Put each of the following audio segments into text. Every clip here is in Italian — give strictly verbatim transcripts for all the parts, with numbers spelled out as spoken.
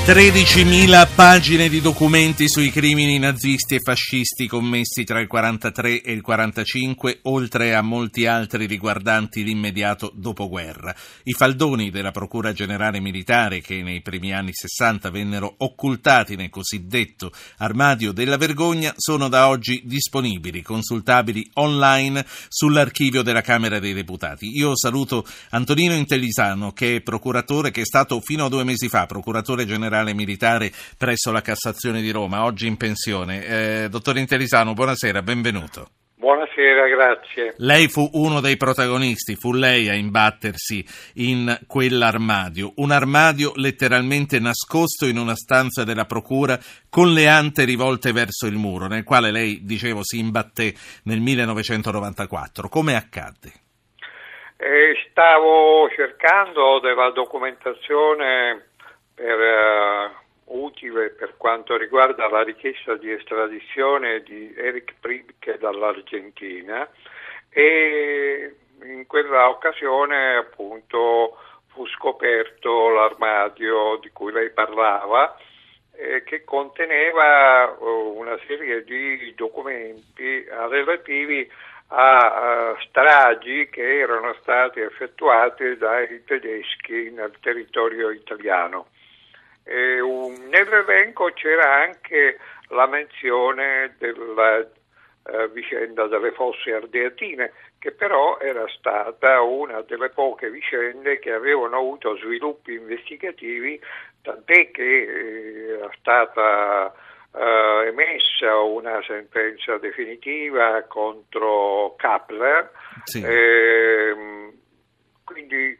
tredicimila pagine di documenti sui crimini nazisti e fascisti commessi tra il quarantatré e il quarantacinque, oltre a molti altri riguardanti l'immediato dopoguerra. I faldoni della Procura Generale Militare, che nei primi anni sessanta vennero occultati nel cosiddetto armadio della vergogna, sono da oggi disponibili, consultabili online sull'archivio della Camera dei Deputati. Io saluto Antonino Intellisano, che è procuratore, che è stato fino a due mesi fa procuratore generale militare presso la Cassazione di Roma, oggi in pensione. Eh, dottor Intellisano, buonasera, benvenuto. Buonasera, grazie. Lei fu uno dei protagonisti, fu lei a imbattersi in quell'armadio, un armadio letteralmente nascosto in una stanza della Procura con le ante rivolte verso il muro, nel quale lei, dicevo, si imbatté nel millenovecentonovantaquattro. Come accadde? Eh, stavo cercando della documentazione per, uh, utile per quanto riguarda la richiesta di estradizione di Erich Priebke dall'Argentina, e in quella occasione appunto fu scoperto l'armadio di cui lei parlava, eh, che conteneva uh, una serie di documenti relativi a uh, stragi che erano stati effettuati dai tedeschi nel territorio italiano. E un, nell'elenco c'era anche la menzione della uh, vicenda delle Fosse Ardeatine, che però era stata una delle poche vicende che avevano avuto sviluppi investigativi, tant'è che eh, era stata Uh, emessa una sentenza definitiva contro Kappler. Sì. Eh, quindi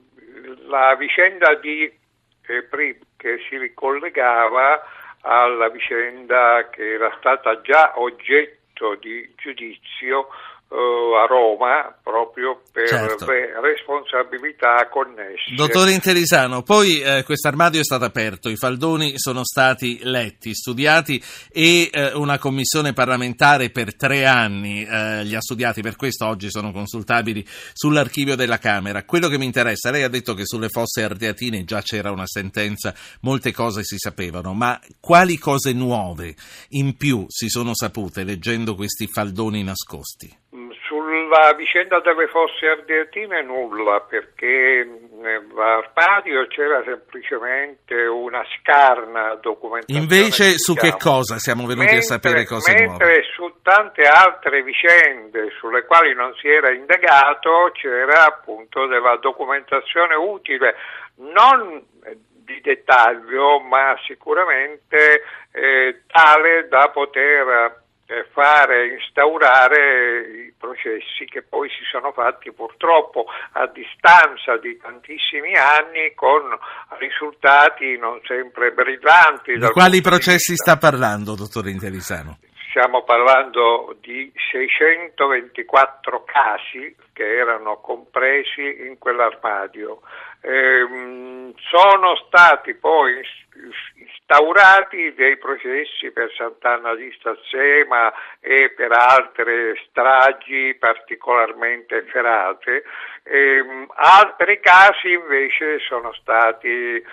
la vicenda di eh, Priebke si ricollegava alla vicenda che era stata già oggetto di giudizio uh, a Roma, proprio per certo. le responsabilità connesse. Dottore Intellisano, poi eh, questo armadio è stato aperto, i faldoni sono stati letti, studiati e eh, una commissione parlamentare per tre anni eh, li ha studiati, per questo oggi sono consultabili sull'archivio della Camera. Quello che mi interessa, lei ha detto che sulle Fosse Ardeatine già c'era una sentenza, molte cose si sapevano, ma quali cose nuove in più si sono sapute leggendo questi faldoni nascosti? Sulla vicenda delle Fosse Ardeatine nulla, perché nell'armadio c'era semplicemente una scarna documentazione. Invece su diciamo. Che cosa siamo venuti mentre, a sapere cose mentre nuove? Mentre su tante altre vicende sulle quali non si era indagato c'era appunto della documentazione utile, non di dettaglio, ma sicuramente eh, tale da poter fare instaurare i processi che poi si sono fatti purtroppo a distanza di tantissimi anni, con risultati non sempre brillanti. Di quali processi sta parlando, dottore Intellisano? Stiamo parlando di seicentoventiquattro casi che erano compresi in quell'armadio. Ehm, sono stati poi instaurati dei processi per Sant'Anna di Stazzema e per altre stragi particolarmente efferate. Ehm, altri casi invece sono stati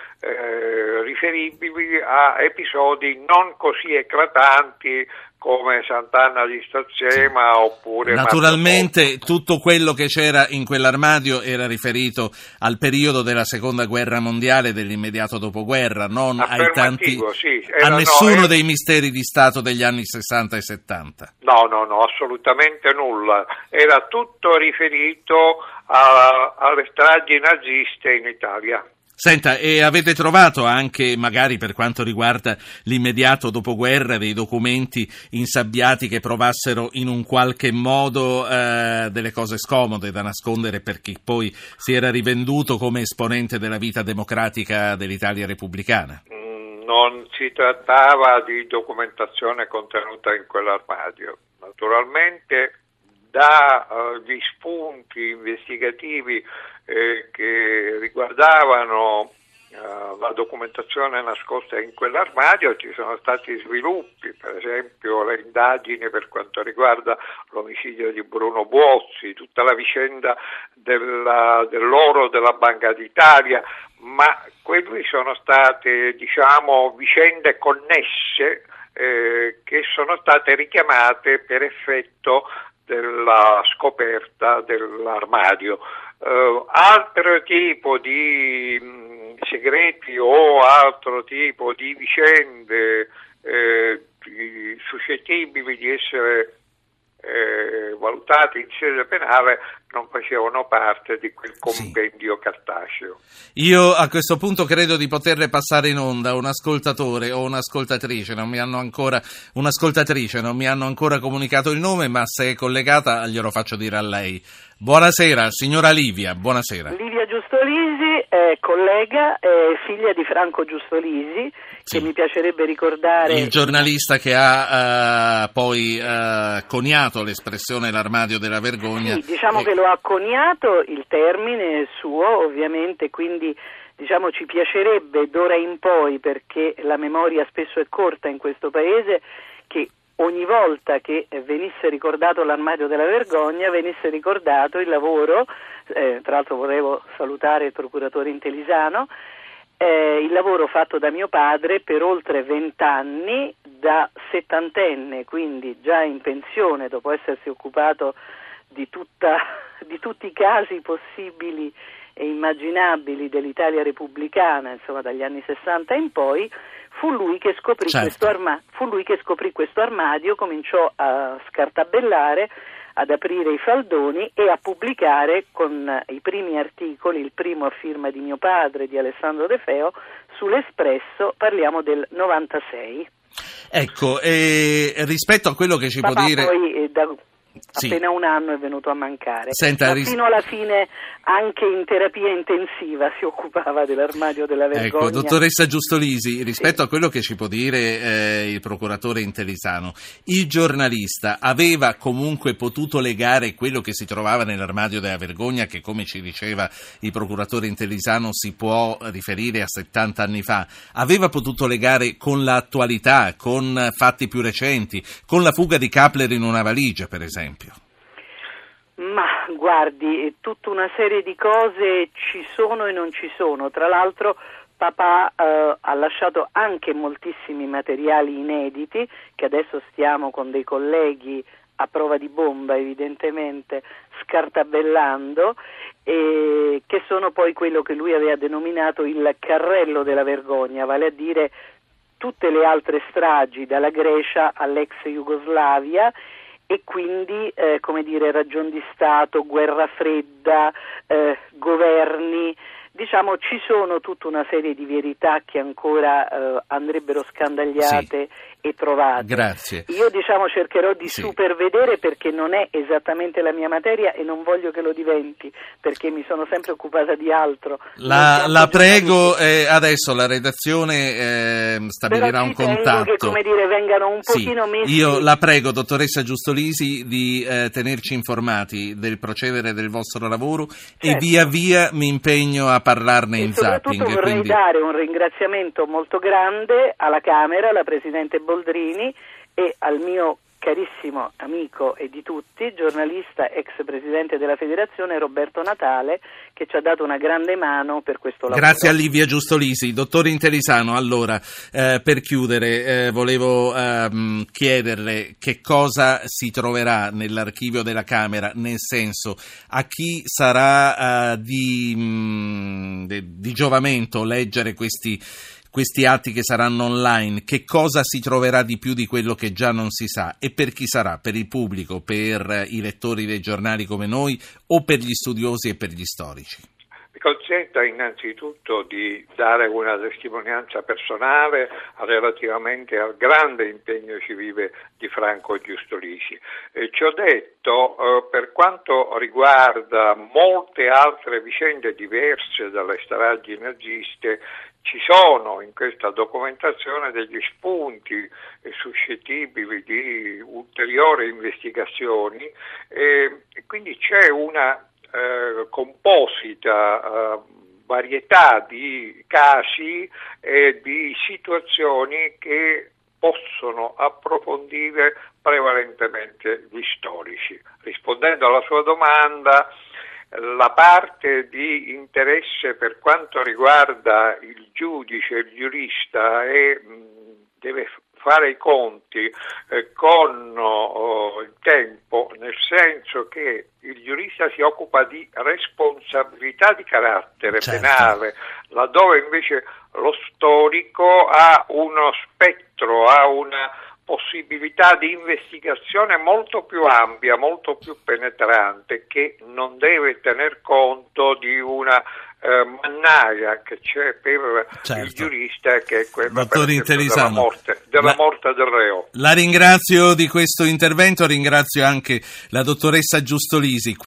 eh, riferibili a episodi non così eclatanti come Sant'Anna di Stazzema, sì. Oppure naturalmente tutto quello che c'era in quell'armadio era riferito al periodo della seconda guerra mondiale, dell'immediato dopoguerra, non ai tanti sì. Era, a nessuno no, era... dei misteri di Stato degli anni sessanta e settanta. No, no, no, assolutamente nulla. Era tutto riferito a, alle stragi naziste in Italia. Senta, e avete trovato anche, magari per quanto riguarda l'immediato dopoguerra, dei documenti insabbiati che provassero in un qualche modo eh, delle cose scomode da nascondere per chi poi si era rivenduto come esponente della vita democratica dell'Italia repubblicana? Non si trattava di documentazione contenuta in quell'armadio. Naturalmente dagli uh, spunti investigativi eh, che riguardavano uh, la documentazione nascosta in quell'armadio ci sono stati sviluppi, per esempio le indagini per quanto riguarda l'omicidio di Bruno Buozzi, tutta la vicenda della, dell'oro della Banca d'Italia, ma quelli sono state, diciamo, vicende connesse eh, che sono state richiamate per effetto della scoperta dell'armadio. Uh, altro tipo di mh, segreti o altro tipo di vicende eh, di, suscettibili di essere eh, valutati in sede penale non facevano parte di quel compendio sì. cartaceo. Io a questo punto credo di poterle passare in onda un ascoltatore o un'ascoltatrice, non mi hanno ancora un'ascoltatrice, non mi hanno ancora comunicato il nome, ma se è collegata glielo faccio dire a lei. Buonasera, signora Livia, buonasera. Livia Giustolisi, eh, collega, eh, figlia di Franco Giustolisi, sì. che mi piacerebbe ricordare. Il giornalista che ha uh, poi uh, coniato l'espressione l'armadio della vergogna. Sì, diciamo e... che lo ha coniato il termine suo, ovviamente, quindi diciamo ci piacerebbe d'ora in poi, perché la memoria spesso è corta in questo paese, che ogni volta che venisse ricordato l'armadio della vergogna venisse ricordato il lavoro, eh, tra l'altro volevo salutare il procuratore Intelisano, eh, il lavoro fatto da mio padre per oltre vent'anni, da settantenne, quindi già in pensione dopo essersi occupato di, tutta, di tutti i casi possibili e immaginabili dell'Italia repubblicana, insomma dagli anni sessanta in poi. Fu lui che scoprì certo. questo arma- fu lui che scoprì questo armadio, cominciò a scartabellare, ad aprire i faldoni e a pubblicare con i primi articoli, il primo a firma di mio padre, di Alessandro De Feo, sull'Espresso, parliamo del novantasei. Ecco, e rispetto a quello che ci Papà può dire... Poi, eh, da... Sì. Appena un anno è venuto a mancare. Senta, ma ris- fino alla fine anche in terapia intensiva si occupava dell'armadio della vergogna. Ecco, dottoressa Giustolisi, rispetto sì. a quello che ci può dire eh, il procuratore Intelisano, il giornalista aveva comunque potuto legare quello che si trovava nell'armadio della vergogna, che come ci diceva il procuratore Intelisano si può riferire a settanta anni fa, aveva potuto legare con l'attualità, con fatti più recenti, con la fuga di Kappler in una valigia, per esempio? Ma guardi, tutta una serie di cose ci sono e non ci sono. Tra l'altro papà eh, ha lasciato anche moltissimi materiali inediti che adesso stiamo con dei colleghi a prova di bomba evidentemente scartabellando, e che sono poi quello che lui aveva denominato il carrello della vergogna, vale a dire tutte le altre stragi dalla Grecia all'ex Jugoslavia, e quindi, eh, come dire, ragion di Stato, guerra fredda, eh, governi, diciamo ci sono tutta una serie di verità che ancora eh, andrebbero scandagliate sì. e trovate. Grazie. Io diciamo cercherò di sì. supervedere, perché non è esattamente la mia materia e non voglio che lo diventi, perché mi sono sempre occupata di altro. La, la prego, eh, adesso la redazione eh, stabilirà un contatto. Che, come dire, vengano un sì. pochino messi. Io la prego, dottoressa Giustolisi, di eh, tenerci informati del procedere del vostro lavoro certo. e via via mi impegno a parlarne e in zapping. Soprattutto vorrei quindi... dare un ringraziamento molto grande alla Camera, alla Presidente Boldrini e al mio carissimo amico e di tutti, giornalista, ex Presidente della Federazione, Roberto Natale, che ci ha dato una grande mano per questo lavoro. Grazie a Livia Giustolisi. Dottor Intelisano, allora, eh, per chiudere, eh, volevo ehm, chiederle che cosa si troverà nell'archivio della Camera, nel senso, a chi sarà eh, di, mh, di giovamento leggere questi questi atti che saranno online, che cosa si troverà di più di quello che già non si sa, e per chi sarà? Per il pubblico, per i lettori dei giornali come noi, o per gli studiosi e per gli storici? Mi consenta innanzitutto di dare una testimonianza personale relativamente al grande impegno civile di Franco Giustolisi. Eh, ci ho detto, eh, per quanto riguarda molte altre vicende diverse dalle stragi naziste, ci sono in questa documentazione degli spunti suscettibili di ulteriori investigazioni e quindi c'è una eh, composita eh, varietà di casi e di situazioni che possono approfondire prevalentemente gli storici. Rispondendo alla sua domanda, la parte di interesse per quanto riguarda il giudice, il giurista, è, deve fare i conti eh, con oh, il tempo, nel senso che il giurista si occupa di responsabilità di carattere certo. penale, laddove invece lo storico ha uno spettro, ha una possibilità di investigazione molto più ampia, molto più penetrante, che non deve tener conto di una eh, mannaia che c'è per certo. il giurista, che è quella per della morte, della la, morte del reo. La ringrazio di questo intervento, ringrazio anche la dottoressa Giustolisi.